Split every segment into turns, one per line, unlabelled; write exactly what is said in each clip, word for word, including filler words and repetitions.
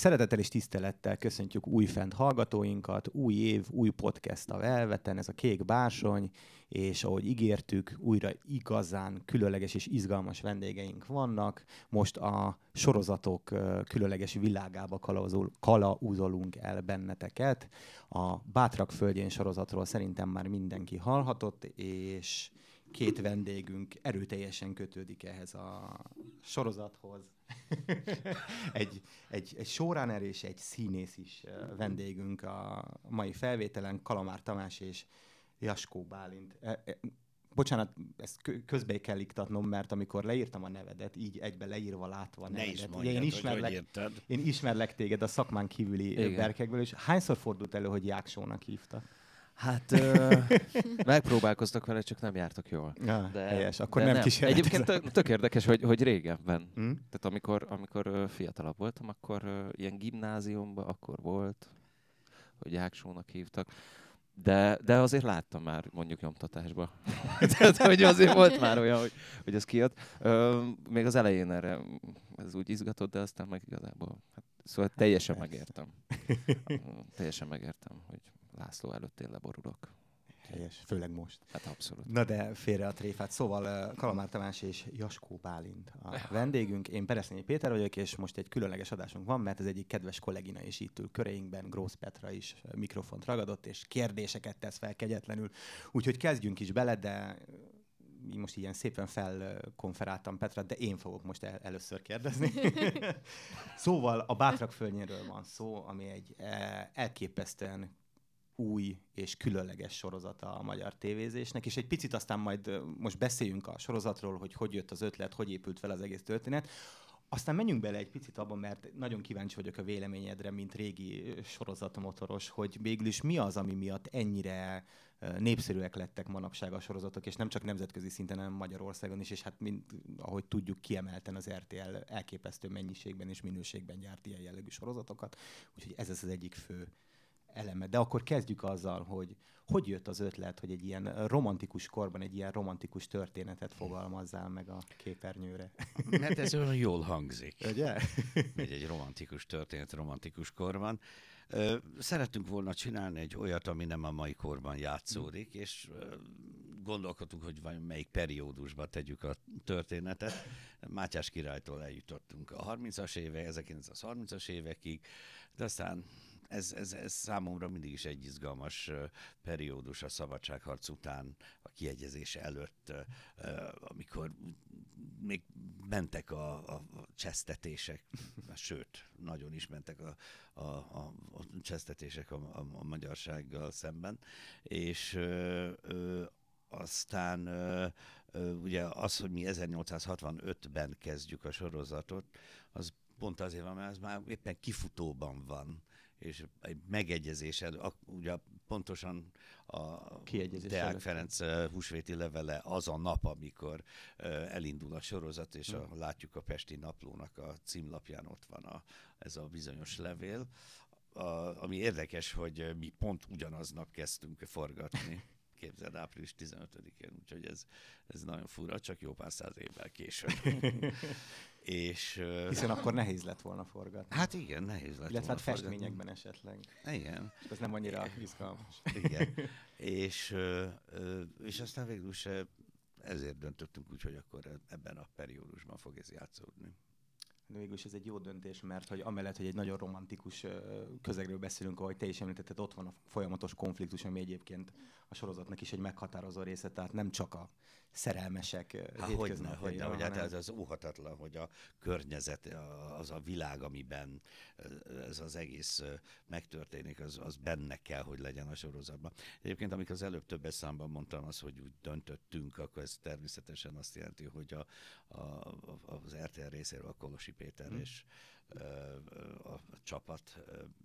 Szeretettel és tisztelettel köszöntjük újfent hallgatóinkat, új év, új podcast a Velveten, ez a Kék Bársony, és ahogy ígértük, újra igazán különleges és izgalmas vendégeink vannak. Most a sorozatok különleges világába kalauzol, kalauzolunk el benneteket. A Bátrak földjén sorozatról szerintem már mindenki hallhatott, és két vendégünk erőteljesen kötődik ehhez a sorozathoz. egy, egy, egy showrunner és egy színész is vendégünk a mai felvételen, Kalamár Tamás és Jaskó Bálint. E, e, bocsánat, ezt közbe kell iktatnom, mert amikor leírtam a nevedet, így egybe leírva, látva a
ne
nevedet.
Is mondjad,
én, ismerlek,
hogy, hogy
én ismerlek téged a szakmán kívüli Igen. berkekből, és hányszor fordult elő, hogy Jáksónak hívtak?
Hát ö, megpróbálkoztak vele, csak nem jártak jól.
Ja,
de,
helyes, akkor
de
nem,
nem. Egyébként tök, tök érdekes, hogy, hogy régebben. Hmm? Tehát amikor, amikor ö, fiatalabb voltam, akkor ö, ilyen gimnáziumban akkor volt, hogy Jáksónak hívtak. De, de azért láttam már mondjuk nyomtatásban. Tehát, hogy azért volt már olyan, hogy, hogy ez kijött. Ö, még az elején erre ez úgy izgatott, de aztán meg igazából. Hát, szóval teljesen megértem. teljesen megértem, hogy László előtt én leborulok.
Helyes, főleg most.
Hát abszolút.
Na de félre a tréfát. Szóval Kalamár Tamás és Jaskó Bálint a vendégünk. Én Peresznyi Péter vagyok, és most egy különleges adásunk van, mert az egyik kedves kollégina is itt ül köreinkben, Grósz Petra is mikrofont ragadott, és kérdéseket tesz fel kegyetlenül. Úgyhogy kezdjünk is bele, de most ilyen szépen felkonferáltam Petra, de én fogok most el- először kérdezni. Szóval a Bátrak földjéről van szó, ami egy elképesztően új és különleges sorozata a magyar tévézésnek, és egy picit aztán majd most beszéljünk a sorozatról, hogy hogy jött az ötlet, hogy épült fel az egész történet. Aztán menjünk bele egy picit abban, mert nagyon kíváncsi vagyok a véleményedre, mint régi sorozatmotoros, hogy végül is mi az, ami miatt ennyire népszerűek lettek manapság a sorozatok, és nem csak nemzetközi szinten, hanem Magyarországon is, és hát mint, ahogy tudjuk, kiemelten az er té el elképesztő mennyiségben és minőségben gyárt ilyen jellegű sorozatokat, úgyhogy ez az egyik fő eleme. De akkor kezdjük azzal, hogy hogy jött az ötlet, hogy egy ilyen romantikus korban egy ilyen romantikus történetet fogalmazzál meg a képernyőre.
Mert ez olyan jól hangzik.
Ugye?
Egy, egy romantikus történet romantikus korban. Szerettünk volna csinálni egy olyat, ami nem a mai korban játszódik, és gondolkodtunk, hogy vajon melyik periódusba tegyük a történetet. Mátyás királytól eljutottunk a harmincas évek, ezerkilencszázharmincas évekig, de aztán Ez, ez, ez számomra mindig is egy izgalmas uh, periódus a szabadságharc után, a kiegyezés előtt, uh, uh, amikor még mentek a, a, a csesztetések, sőt, nagyon is mentek a, a, a, a csesztetések a, a, a magyarsággal szemben, és uh, uh, aztán uh, uh, ugye az, hogy mi ezernyolcszázhatvanötben kezdjük a sorozatot, az pont azért van, mert ez már éppen kifutóban van, és egy megegyezés, ugye pontosan a Deák Ferenc húsvéti levele az a nap, amikor elindul a sorozat, és a, látjuk a Pesti Naplónak a címlapján ott van a, ez a bizonyos levél, a, ami érdekes, hogy mi pont ugyanaznap kezdtünk forgatni. Képzeld, április tizenötödikén, úgyhogy ez, ez nagyon fura, csak jó pár száz évvel később. És,
hiszen akkor nehéz lett volna forgatni.
Hát igen, nehéz lett
illetve
volna
hát festményekben esetleg.
Igen.
És az nem annyira izgalmas.
Igen. és, és aztán végül is ezért döntöttünk úgy, hogy akkor ebben a periódusban fog ez játszódni.
De végülis ez egy jó döntés, mert hogy amellett, hogy egy nagyon romantikus közegről beszélünk, ahogy te is említetted, ott van a folyamatos konfliktus, ami egyébként a sorozatnak is egy meghatározó része, tehát nem csak a szerelmesek hétköznapjaira.
Hogyne, hogy hát ez az óhatatlan, hogy a környezet, az a világ, amiben ez az egész megtörténik, az, az benne kell, hogy legyen a sorozatban. Egyébként, amikor az előbb többes számban mondtam azt, hogy úgy döntöttünk, akkor ez természetesen azt jelenti, hogy a, a, az er té el részéről a Kolosi Péter hmm. és a csapat,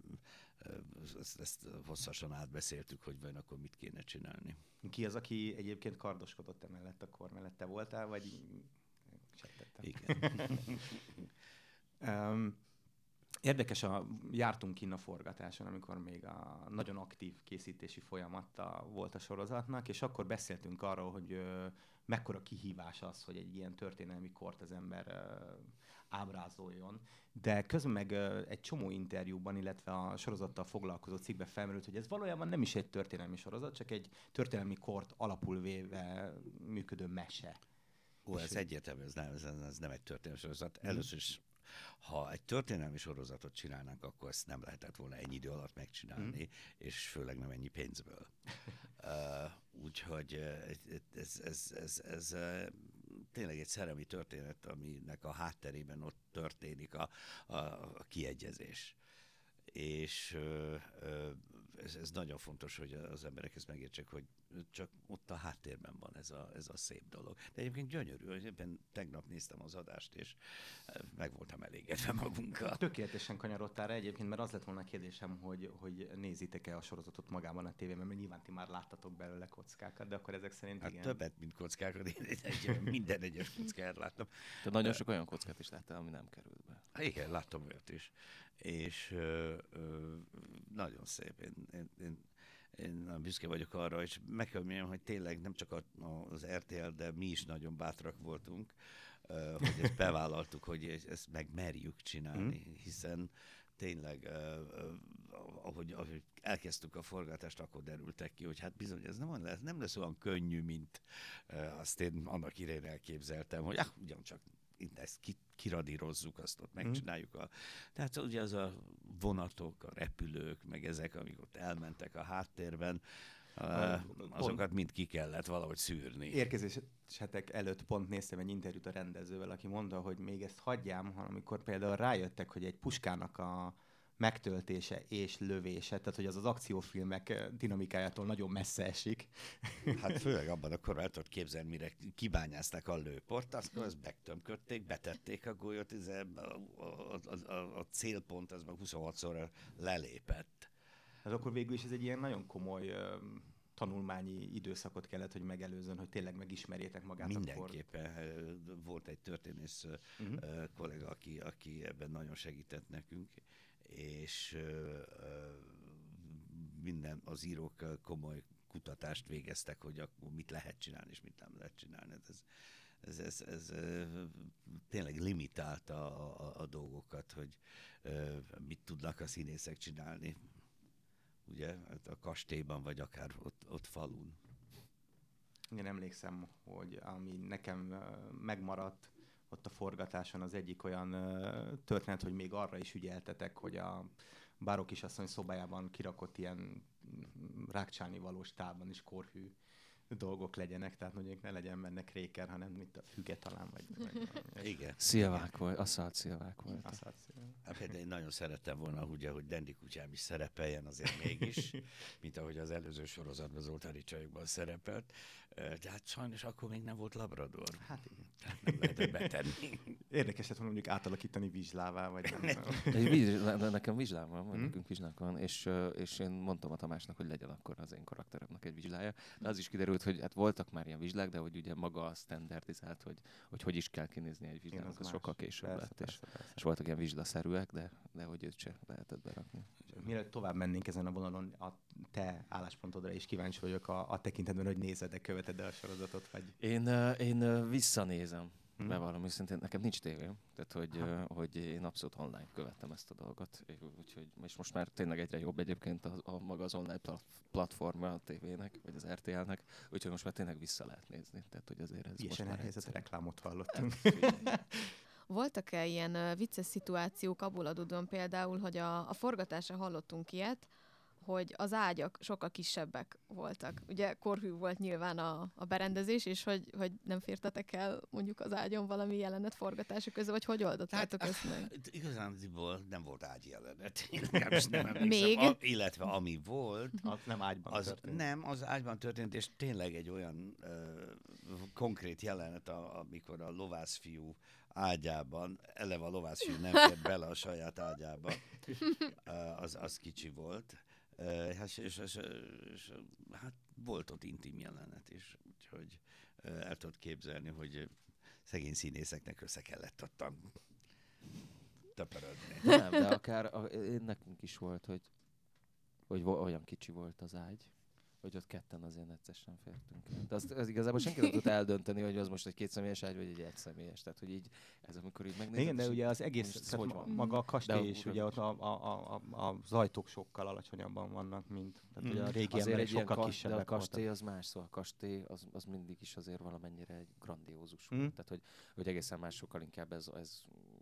ezt, ezt hosszasan átbeszéltük, hogy vajon akkor mit kéne csinálni.
Ki az, aki egyébként kardoskodott emellett a kor mellett? Te voltál, vagy
igen.
um, Érdekes, a, jártunk kinn a forgatáson, amikor még a nagyon aktív készítési folyamata volt a sorozatnak, és akkor beszéltünk arról, hogy ö, mekkora kihívás az, hogy egy ilyen történelmi kort az ember ö, ábrázoljon. De közben meg ö, egy csomó interjúban, illetve a sorozattal foglalkozó cikkbe felmerült, hogy ez valójában nem is egy történelmi sorozat, csak egy történelmi kort alapul véve működő mese.
Ó, ez egyértelmű, ez nem, ez, ez nem egy történelmi sorozat. Mm. Először is, ha egy történelmi sorozatot csinálnánk, akkor ezt nem lehetett volna ennyi idő alatt megcsinálni, mm. és főleg nem ennyi pénzből. uh, úgyhogy ez, ez, ez, ez, ez tényleg egy szerelmi történet, aminek a hátterében ott történik a, a, a kiegyezés. És uh, uh, ez, ez nagyon fontos, hogy az emberek ezt megértsék, hogy csak ott a háttérben van ez a, ez a szép dolog. De egyébként gyönyörű, hogy éppen tegnap néztem az adást, és meg voltam elégedve magunkkal.
Tökéletesen kanyarodtál rá egyébként, mert az lett volna a kérdésem, hogy, hogy nézitek-e a sorozatot magában a tévében, mert nyilván ti már láttatok belőle kockákat, de akkor ezek szerint
hát
igen.
Többet, mint kockákat, én egy, minden egyes kockát láttam.
De nagyon sok olyan kockát is láttál, ami nem került be.
Igen, láttam olyat is. És ö, ö, nagyon szép. Én, én, én, én nagyon büszke vagyok arra, és meg kell mondjam, hogy tényleg nem csak a, az er té el, de mi is nagyon bátrak voltunk, ö, hogy ezt bevállaltuk, hogy ezt meg merjük csinálni, hiszen tényleg, ö, ö, ahogy, ahogy elkezdtük a forgatást, akkor derültek ki, hogy hát bizony ez nem lesz, nem lesz olyan könnyű, mint ö, azt én annak idején elképzeltem, hogy ah, ugyancsak ezt kiradírozzuk, azt ott megcsináljuk. A, tehát ugye az a vonatok, a repülők, meg ezek, amik ott elmentek a háttérben, azokat mind ki kellett valahogy szűrni.
Érkezésetek előtt pont néztem egy interjút a rendezővel, aki mondta, hogy még ezt hagyjám, hanem amikor például rájöttek, hogy egy puskának a megtöltése és lövése, tehát hogy az az akciófilmek dinamikájától nagyon messze esik.
Hát főleg abban a korban el tudod képzelni, mire kibányázták a lőport, akkor azt megtömködték, betették a golyót, a, a, a, a célpont az meg huszonhatszor lelépett.
Hát akkor végül is ez egy ilyen nagyon komoly uh, tanulmányi időszakot kellett, hogy megelőzzön, hogy tényleg megismerjétek magát.
Mindenképpen.
Akkor.
Volt egy történész uh-huh. kollega, aki, aki ebben nagyon segített nekünk, és uh, minden az írók komoly kutatást végeztek, hogy akkor mit lehet csinálni, és mit nem lehet csinálni. Ez, ez, ez, ez uh, tényleg limitálta a, a, a dolgokat, hogy uh, mit tudnak a színészek csinálni. Ugye, a kastélyban, vagy akár ott, ott falun.
Én emlékszem, hogy ami nekem uh, megmaradt ott a forgatáson, az egyik olyan uh, történet, hogy még arra is ügyeltetek, hogy a Báró kisasszony szobájában kirakott ilyen rákcsálni valós tálban is korhű dolgok legyenek, tehát mondjuk ne legyen benne kréker, hanem mint a füge talán, vagy... vagy
igen.
Szilvák volt, asszalt szilvák volt.
Asszalt szilvák.
Hát például én nagyon szerettem volna, ugye, hogy Dendi kutyám is szerepeljen azért mégis, mint ahogy az előző sorozatban Zoltáni csajokban szerepelt. De hát sajnos akkor még nem volt labrador.
Hát igen.
Tehát nem lehetett betenni.
Érdekes lett volna mondjuk átalakítani vizslává, vagy nem.
Egy vizsla, nekem vizslám van, hmm? nekünk vizslánk van, és, és én mondtam a Tamásnak, hogy legyen akkor az én karakteremnek egy vizslája. De az is kiderült, hogy hát voltak már ilyen vizslák, de hogy ugye maga a standardizált, hogy hogy, hogy is kell kinézni egy vizslának, az, az sokkal később persze, lett. Persze, persze. És voltak ilyen vizslaszerűek, de, de hogy őt se lehetett berakni.
Mielőtt tovább mennénk ezen a vonalon, a te álláspontodra is kíváncsi vagyok a, a tekintetben, hogy nézed-e, követed el a sorozatot, vagy...
Én, én visszanézem, hmm. bevallom őszintén, nekem nincs tévém, tehát hogy, hogy én abszolút online követtem ezt a dolgot, úgyhogy, és most már tényleg egyre jobb egyébként a, a maga az online platforma a tévének, vagy az er té el-nek, úgyhogy most már tényleg vissza lehet nézni, tehát hogy azért ez
Ilyesen
most már
elhelyezett reklámot hallottunk.
Voltak-e ilyen vicces szituációk abból adódóan például, hogy a, a forgatásra hallottunk ilyet, hogy az ágyak sokkal kisebbek voltak. Ugye korhű volt nyilván a, a berendezés, és hogy, hogy nem fértetek el mondjuk az ágyon valami jelenet forgatása közben, vagy hogy oldottátok
hát,
ezt meg?
Igazából nem volt ágy jelenet. Nem
Még?
A, illetve ami volt,
az nem ágyban
az
történt.
Nem, az ágyban történt, és tényleg egy olyan uh, konkrét jelenet, a, amikor a lovászfiú ágyában, eleve a lovászfiú nem fért bele a saját ágyába, uh, az, az kicsi volt. Uh, és, és, és, és hát volt ott intim jelenet is, úgyhogy uh, el tudod képzelni, hogy szegény színészeknek össze kellett adtam. töpörödni.
Nem, de akár a, én, nekünk is volt, hogy, hogy olyan kicsi volt az ágy, hogy ott ketten azért neccesen fértünk el. De azt, az igazából senki nem tudta eldönteni, hogy az most egy kétszemélyes ágy, vagy egy egyszemélyes. Tehát, hogy így, ez amikor így megnézed...
Igen, de ugye az
így,
egész, tehát
hogy
ma-
van?
maga a kastély
De
is,
a-
ugye ott a, a, a, a, az ajtók sokkal alacsonyabban vannak, mint tehát ugye a régi
Azért
emberek
egy ilyen
sokkal
ka- de a
kisebbek
kastély
voltak.
az más, szóval a kastély az, az mindig is azért valamennyire egy grandiózus
Mm.
volt. Tehát, hogy, hogy egészen más, sokkal inkább ez, ez,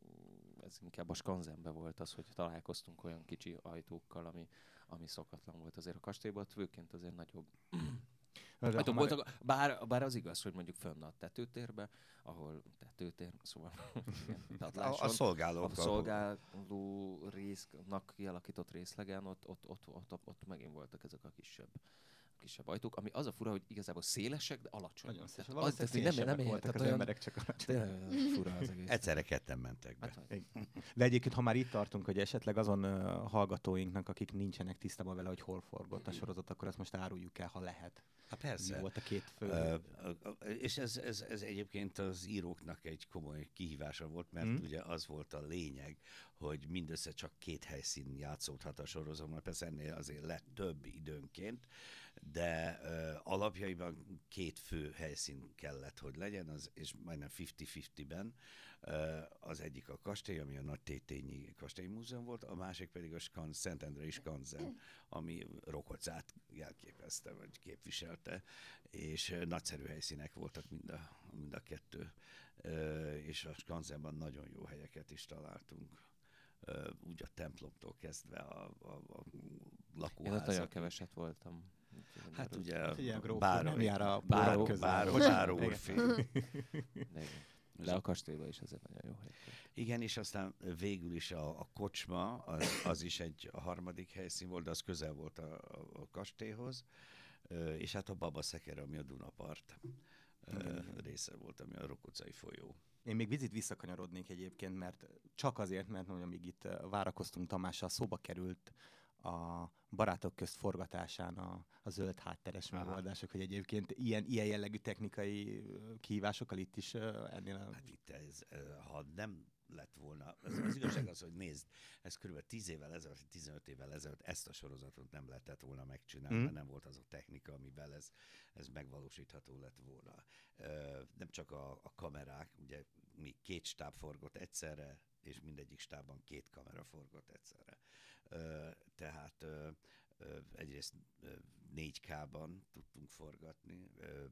ez inkább a skanzenben volt az, hogy találkoztunk olyan kicsi ajtókkal, ami, ami szokatlan volt. Azért a kastélyban főként azért nagyobb
De ha
ajtók
már-
voltak, bár, bár az igaz, hogy mondjuk fönn a tetőtérbe, ahol tetőtér, szóval igen,
A,
padláson,
a szolgálók.
a szolgáló résznak kialakított részlegen, ott, ott, ott, ott, ott, ott megint voltak ezek a kisebb, kisebb ajtók, ami az a fura, hogy igazából szélesek, de alacsony.
Nagyon széles.
Tehát az-
Valószínűleg
tehát nem- nem
szélesebbek
ér-
voltak
tehát
az
olyan-
emberek, csak alacsony.
Tényleg olyan fura az egész.
Egyszerre ketten mentek be.
Hát, vagy-
De egyébként, ha már itt tartunk, hogy esetleg azon uh, hallgatóinknak, akik nincsenek tisztában vele, hogy hol forgott a sorozat, akkor ezt most áruljuk el, ha lehet.
Hát
Mi
persze.
volt a két fő.
Ö, ö, ö, és ez, ez, ez egyébként az íróknak egy komoly kihívása volt, mert
Mm.
ugye az volt a lényeg, hogy mindössze csak két helyszín játszódhat a sorozatban, persze ennél azért lett több időnként, de ö, alapjaiban két fő helyszín kellett, hogy legyen, az, és majdnem fifty-fifty-ben. Ö, az egyik a kastély, ami a Nagy Tétényi Kastélymúzeum volt, a másik pedig a Skanz, Szentendrei Skanzen, ami Rokocát jelképezte, vagy képviselte, és ö, nagyszerű helyszínek voltak mind a, mind a kettő. Ö, és a Skanzenben nagyon jó helyeket is találtunk. Ö, úgy a templomtól kezdve a, a, a
Én ott
lakóházak.
nagyon keveset voltam. Úgyhogy
Hát
erről-
ugye
Hát ugye a gróf
báró,
nem jár a
báró,
báró közel.
báró,
Bocsánat,
báró
igen.
úrfél.
De, igen. De a kastélyban is azért nagyon jó hely volt.
Igen, és aztán végül is a, a kocsma, az, az is egy a harmadik helyszín volt, de az közel volt a, a, a kastélyhoz, Ö, és hát a Baba Szekere, ami a Dunapart ö, része volt, ami a Rokocai folyó.
Én még vizit visszakanyarodnék egyébként, mert csak azért, mert hogy amíg itt eh, várakoztunk Tamással, szóba került a Barátok közt forgatásán a, a zöld hátteres
Aha.
megoldások, hogy egyébként ilyen, ilyen jellegű technikai eh, kihívásokkal itt is eh, ennél a...
Hát itt ez, ö, ha nem lett volna, az, az igazság az, hogy nézd, ez kb. tíz évvel ezelőtt, tizenöt évvel ezelőtt ezt a sorozatot nem lehetett volna megcsinálni,
Mm.
mert nem volt az a technika, amivel ez, ez megvalósítható lett volna. Ö, nem csak a, a kamerák, ugye mi két stáb forgott egyszerre, és mindegyik stábban két kamera forgott egyszerre. Ö, tehát ö, ö, egyrészt ö, négy ká-ban tudtunk forgatni, ö,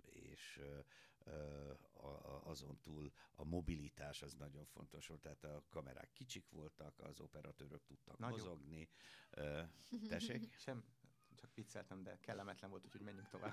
és ö, ö, a, a, azon túl a mobilitás az nagyon fontos volt, tehát a kamerák kicsik voltak, az operatőrök tudtak
Nagyobb.
mozogni. Ö, tessék?
Sem, csak vicceltem, de kellemetlen volt, úgyhogy menjünk tovább.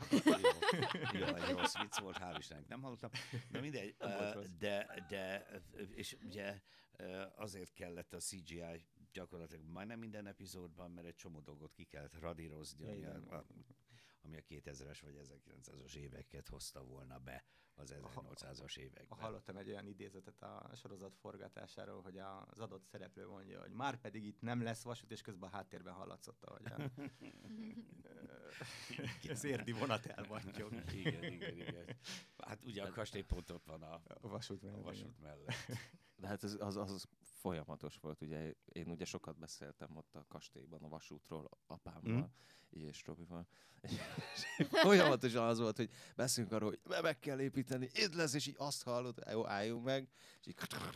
Jó, jó, egy rossz vicc volt, hál' Istennek nem hallottam. De mindegy,
Nem volt
ö,
rossz.
de, de, és ugye ö, azért kellett a cé gé í gyakorlatilag majdnem minden epizódban, mert egy csomó dolgot ki kellett radírozni, ami
Igen.
a, a, ami a kétezres vagy ezerkilencszázas éveket hozta volna be az ezernyolcszázas években.
Hallottam egy olyan idézetet a sorozat forgatásáról, hogy az adott szereplő mondja, hogy már pedig itt nem lesz vasút, és közben a háttérben hallatszott, ahogy a az érdi vonat elvattyog.
Igen, igen, igen. Hát ugye a kastély pont ott van a,
A vasút
a
mellett.
vasút mellett.
De hát ez, az, az folyamatos volt, ugye én ugye sokat beszéltem ott a kastélyban a vasútról apámmal,
Mm.
így és Robival, és, és folyamatosan az volt, hogy beszélünk arról, hogy be- meg kell építeni, itt lesz, és így azt hallod, jó, álljunk meg, és így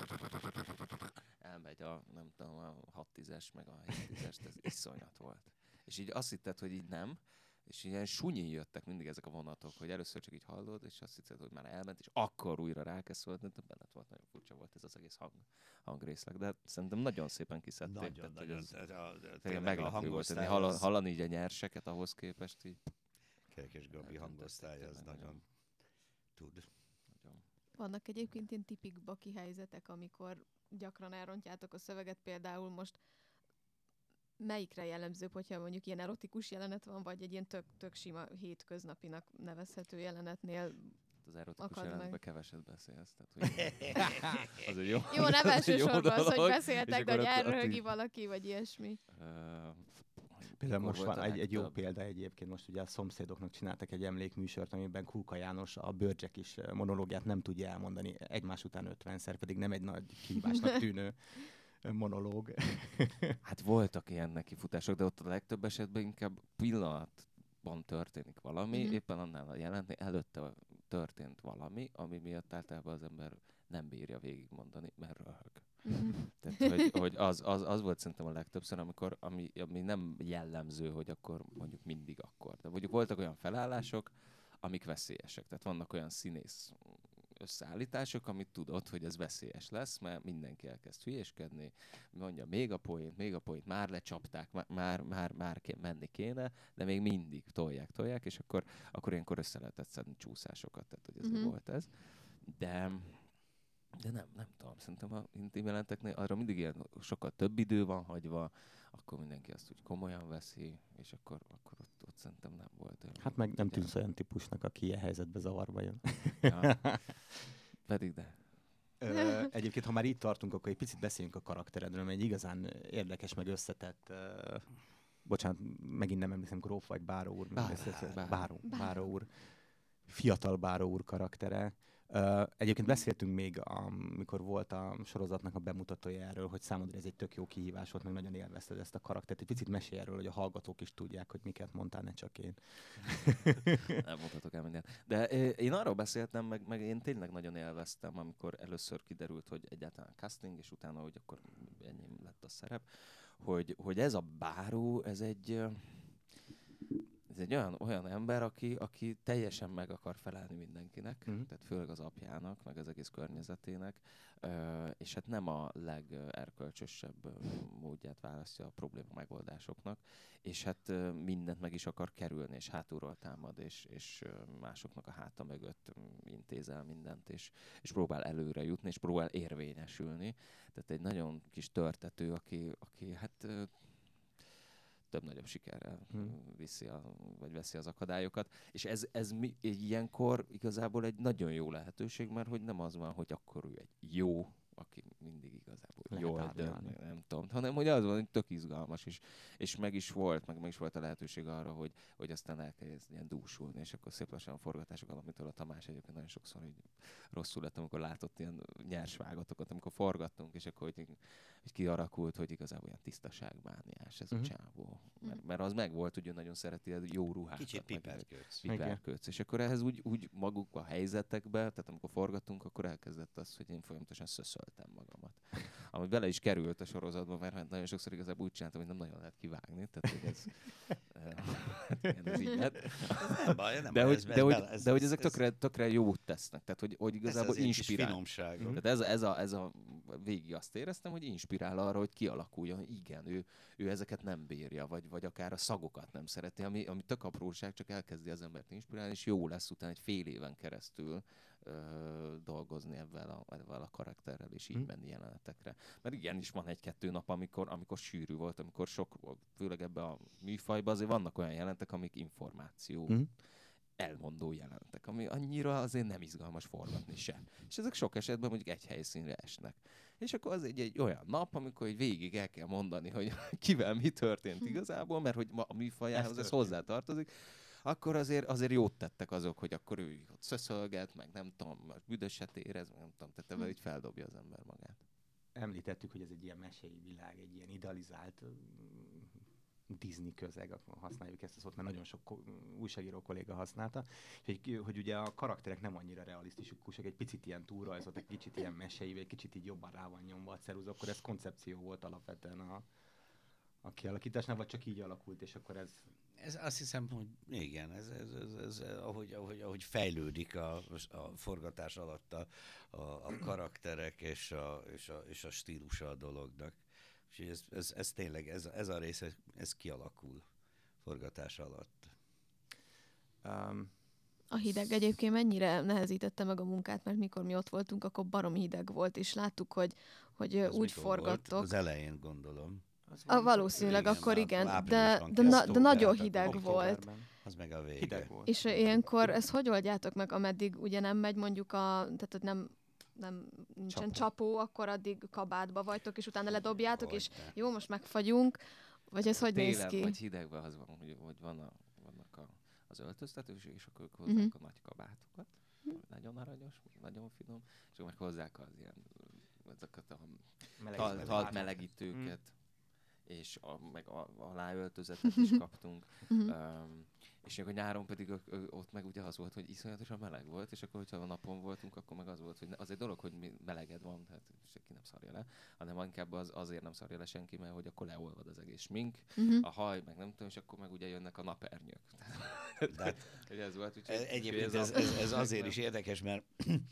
elmegy a, nem tudom, a hat tízes, meg a hét tízes, ez iszonyat volt. És így azt hitted, hogy így nem, és ilyen sunyi jöttek mindig ezek a vonatok, hogy először csak így hallod, és azt hiszed, hogy már elment, és akkor újra rákezd szólni, de bennett volt, nagyon furcsa volt ez az egész hang, hangrészleg, de hát szerintem nagyon szépen kiszedték.
Nagyon,
tehát, hogy
nagyon.
az
Tehát a, a,
tényleg
tényleg a
meglepő volt,
hangosztály
hogy hallani,
az-
hallani így a nyerseket ahhoz képest, így
Kerkes Gabi
Eltöntötték
hangosztály, az
tényleg
nagyon tud.
nagyon...
Vannak egyébként ilyen tipik baki helyzetek, amikor gyakran elrontjátok a szöveget, például most melyikre jellemzőbb, hogyha mondjuk ilyen erotikus jelenet van, vagy egy ilyen tök, tök sima hétköznapinak nevezhető jelenetnél.
Az erotikus
Akad
jelentben
meg.
keveset beszélsz, tehát hogy az egy jó...
Jó, nem
az egy jó
elsősorban az, hogy
dolog, és
beszéltek,
akkor
hogy
ott- ott
elröhögi
így-
valaki, vagy ilyesmi.
Ö,
Például
mikor
most
volt
van
a
egy, egy jó
legtöbb?
példa egyébként, most ugye a szomszédoknak csináltak egy emlékműsort, amiben Kulka János a Bőrcsek is monológiát nem tudja elmondani egymás után ötvenszer, pedig nem egy nagy kihívásnak tűnő monológ.
Hát voltak ilyen nekifutások, de ott a legtöbb esetben inkább pillanatban történik valami,
Mhm.
éppen annál a jelentni, előtte történt valami, ami miatt általában az ember nem bírja végigmondani, mert röhög.
Mhm.
Tehát, hogy, hogy az, az, az volt szerintem a legtöbbször, amikor, ami, ami nem jellemző, hogy akkor mondjuk mindig akkor. De mondjuk voltak olyan felállások, amik veszélyesek. Tehát vannak olyan színész összeállítások, amit tudod, hogy ez veszélyes lesz, mert mindenki elkezd hülyéskedni, mondja még a poént, még a poént, már lecsapták, már, már, már, már ké, menni kéne, de még mindig tolják, tolják, és akkor, akkor ilyenkor össze lehetett szedni csúszásokat, tehát hogy ezért
Mhm.
volt ez. De De nem, nem tudom, szerintem a intim jelenteknél arra mindig ilyen sokkal több idő van hagyva, akkor mindenki azt úgy komolyan veszi, és akkor, akkor ott, ott szerintem nem volt olyan.
Hát meg nem
ugye.
tűnsz olyan típusnak, aki ilyen helyzetbe zavarba jön.
Ja. Pedig de.
Ö, egyébként, ha már itt tartunk, akkor egy picit beszéljünk a karakteredről, mert egy igazán érdekes, meg összetett, uh, bocsánat, megint nem emlékszem, Gróf vagy Báró úr.
Báró.
Báró,
Báró.
Báró,
Báró.
Báró úr. Fiatal Báró úr karaktere. Uh, egyébként beszéltünk még, amikor volt a sorozatnak a bemutatója erről, hogy számodra ez egy tök jó kihívás volt, meg nagyon élvezted ezt a karaktert. Egy picit mesélj erről, hogy a hallgatók is tudják, hogy miket mondtál, ne csak én.
Nem mondhatok el mindent. De eh, én arról beszéltem, meg, meg én tényleg nagyon élveztem, amikor először kiderült, hogy egyáltalán casting, és utána, hogy akkor ennyi lett a szerep, hogy, hogy ez a Báró, ez egy... eh, Ez egy olyan, olyan ember, aki, aki teljesen meg akar felelni mindenkinek,
Mhm.
tehát főleg az apjának, meg az egész környezetének, ö, és hát nem a legerkölcsösebb ö, módját választja a probléma megoldásoknak, és hát ö, mindent meg is akar kerülni, és hátulról támad, és, és ö, másoknak a háta mögött ö, intézel mindent, és, és próbál előre jutni, és próbál érvényesülni. Tehát egy nagyon kis törtető, aki, aki hát... Ö, több-nagyobb sikerrel
Hmm.
viszi a, vagy veszi az akadályokat. És ez, ez mi, ilyenkor igazából egy nagyon jó lehetőség, mert hogy nem az van, hogy akkor ő egy jó, aki mindig igazából
Lehet
jól
árnyalni.
dönt, nem tudom, hanem hogy az van, hogy tök izgalmas, és, és meg is volt, meg, meg is volt a lehetőség arra, hogy, hogy aztán elkezd ilyen dúsulni, és akkor szép lassan a forgatások, amitől a Tamás egyébként nagyon sokszor így rosszul lett, amikor látott ilyen nyers vágatokat, amikor forgattunk, és akkor hogy, hogy kialakult, hogy igazából ilyen tisztaságmániás ez
Mhm.
a csávó. Mert, mert az meg volt, ugye nagyon szereti a jó ruhákat.
Kicsit
meg
piperkőc.
piperkőc. És akkor ehhez úgy, úgy maguk a helyzetekbe, tehát amikor forgattunk, akkor elkezdett az, hogy én folyamatosan szöszöltem magamat. Ami bele is került a sorozatba, mert hát nagyon sokszor igazából úgy csináltam, hogy nem nagyon lehet kivágni. Tehát, hogy ez, igen, ez így lett.
Ez nem baj, nem
De,
baj,
hogy,
ez-
de,
ez
hogy,
bele- ez-
de hogy
ez-
ezek
ez-
tökre, tökre jót tesznek. Tehát, hogy, hogy
ez
igazából
az ilyen kis
inspirál.
finomságok.
Mhm.
Tehát ez a, ez, a, ez a végig azt éreztem, hogy inspirál arra, hogy kialakuljon, hogy igen, ő, ő ezeket nem bírja, vagy, vagy akár a szagokat nem szereti, ami, ami tök apróság, csak elkezdi az embert inspirálni, és jó lesz utána egy fél éven keresztül ö, dolgozni ebben a, ebben a karakterrel, és így
Hm.
menni jelenetekre. Mert igen, is van egy-kettő nap, amikor, amikor sűrű volt, amikor sok volt, főleg ebben a műfajban azért vannak olyan jelentek, amik információ
Mhm.
elmondó jelentek, ami annyira azért nem izgalmas forgatni se. És ezek sok esetben mondjuk egy helyszínre esnek. És akkor az egy, egy olyan nap, amikor egy végig el kell mondani, hogy kivel mi történt igazából, mert hogy ma a műfajához ez, ez
történt.
hozzá tartozik, akkor azért, azért jót tettek azok, hogy akkor ő ott szöszölget, meg nem tudom, most büdöset érez, meg nem tudom, tehát ebben így feldobja az ember magát.
Említettük, hogy ez egy ilyen mesei világ, egy ilyen idealizált mm, Disney közeg, akkor használjuk ezt a szót, mert nagyon sok ko- újságíró kolléga használta, és hogy, hogy ugye a karakterek nem annyira realisztikusak, egy picit ilyen túlrajzolt, egy kicsit ilyen mesei, egy kicsit így jobban rá van nyomva a ceruza, akkor ez koncepció volt alapvetően a, a kialakításnál, vagy csak így alakult, és akkor ez...
Ez azt hiszem, hogy igen, ez, ez, ez, ez ahogy, ahogy, ahogy fejlődik a, a forgatás alatt a, a, a karakterek és a, és, a, és a stílusa a dolognak. És ez, ez, ez tényleg, ez, ez a rész, ez, ez kialakul forgatás alatt.
Um,
A hideg egyébként mennyire nehezítette meg a munkát, mert mikor mi ott voltunk, akkor baromi hideg volt, és láttuk, hogy, hogy
Az
úgy
mikor volt?
forgattok.
Az elején gondolom.
az
A, valószínűleg
Igen,
akkor
már
igen, de,
áprilisban
de, na, de
kezdtük,
nagyon
tehát
hideg volt.
októberben.
Az meg a vége.
Hideg volt.
És ilyenkor ezt hogy oldjátok meg, ameddig ugye nem megy mondjuk a, tehát hogy nem, nem nincsen
Csapó.
csapó, akkor addig kabátba vagytok, és utána ledobjátok, és
Hogyne.
jó, most megfagyunk, vagy ez hogy néz
Télen
ki?
vagy hidegben az van, hogy, hogy van a, vannak a, az öltöztetőség, és akkor ők hozzák
Mhm.
a nagy kabátokat, ami nagyon aranyos, nagyon finom, és akkor meg hozzák az ilyen ezeket a
Melegítő
tal-
ágyakat.
talpmelegítőket,
Mm.
és a, meg a, aláöltözetet is kaptunk. um, és akkor nyáron pedig ö, ö, ott meg ugye az volt, hogy iszonyatosan meleg volt, és akkor, hogyha a napon voltunk, akkor meg az volt, hogy az egy dolog, hogy mi- meleged van, tehát senki nem szarja le, hanem inkább az, azért nem szarja le senki, mert hogy akkor leolvad az egész smink,
Uh-huh.
a haj, meg nem tudom, és akkor meg ugye jönnek a napernyők.
De hát,
Ugye ez volt, úgyhogy,
egyébként
úgyhogy
ez,
a-
ez, ez azért is érdekes, mert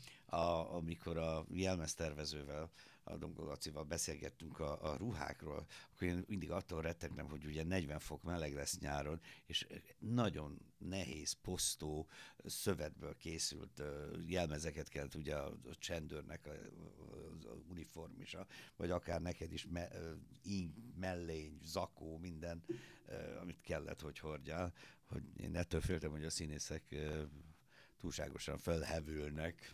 a, amikor a jelmeztervezővel, a Domgó Lacival beszélgettünk a, a ruhákról, akkor én mindig attól rettegnem, hogy ugye negyven fok meleg lesz nyáron, és nagyon nehéz, posztó szövetből készült ö, jelmezeket kellett ugye a, a csendőrnek, a, a uniformisa, vagy akár neked is me, ö, ing, mellény, zakó, minden, ö, amit kellett, hogy hordjál, hogy én ettől féltem, hogy a színészek ö, túlságosan felhevülnek.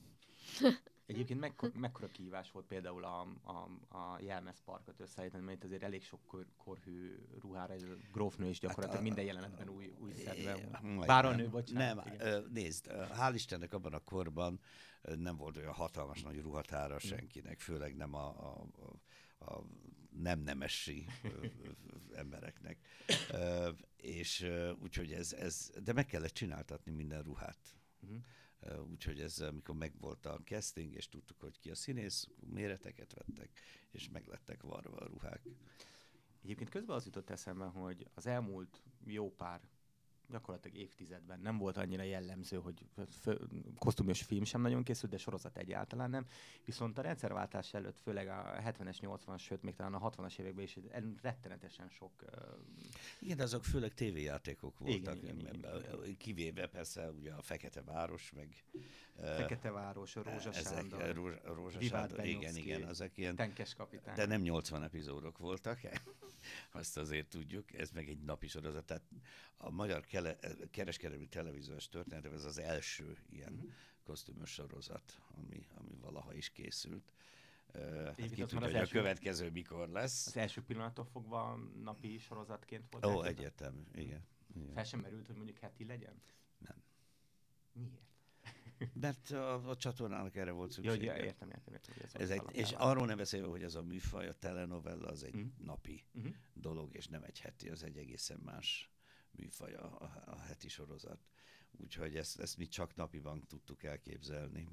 Egyébként mekkora, mekkora kihívás volt például a, a, a jelmezparkot összeállítani, mert azért elég sok kor, korhű ruhára, ez a grófnő is gyakorlatilag
Hát a-
minden jelenetben új, új szedve van.
Majd
Bár a
nem.
nő, bocsánat.
Nem,
igen.
ö, nézd, ö, hál' Istennek abban a korban ö, nem volt olyan hatalmas nagy ruhatára senkinek, főleg nem a, a, a, a nem nemesi ö, ö, embereknek. Ö, és ö, úgyhogy ez, ez, de meg kellett csináltatni minden ruhát.
Mhm.
Ö, Úgyhogy ez, amikor megvolt a casting, és tudtuk, hogy ki a színész, méreteket vettek, és meg lettek varva a ruhák.
Egyébként közben az jutott eszembe, hogy az elmúlt jó pár, gyakorlatilag évtizedben nem volt annyira jellemző, hogy fő, kosztümös film sem nagyon készült, de sorozat egyáltalán nem. Viszont a rendszerváltás előtt, főleg a hetvenes, nyolcvanas, sőt még talán a hatvanas években is rettenetesen sok... Uh,
Igen, de azok főleg tévéjátékok voltak,
Igen, igen, igen,
ebben, kivéve persze ugye a Fekete Város, meg eh,
Feketeváros, Rózsa
ezek,
Sándor,
Rózsa, Rózsa
Vivát
Sándor, igen,
Benyovszky,
igen, ezek ilyen,
Tenkes kapitány.
de nem nyolcvan epizódok voltak, azt azért tudjuk, ez meg egy napi sorozat, tehát a magyar kele, kereskedelmi televíziós történetben ez az első ilyen
Mhm.
kosztümös sorozat, ami, ami valaha is készült. Uh, hát
Egyébként
ki
az
tudja,
már az
hogy
első-
a következő mikor lesz.
Az első pillanattól fogva napi sorozatként volt.
Ó,
elképzelhető?
egyértelmű, igen. igen.
Fel sem merült, hogy mondjuk heti legyen?
Nem.
Miért?
Mert a, a csatornának erre volt
Ja,
szüksége.
hogy értem, értem, értem. Hogy
Ez egy, és
alapján.
arról nem beszélve, hogy ez a műfaj, a telenovella, az egy
Mhm.
napi
Mhm.
dolog, és nem egy heti, az egy egészen más műfaj a, a, a heti sorozat. Úgyhogy ezt, ezt mi csak napiban tudtuk elképzelni.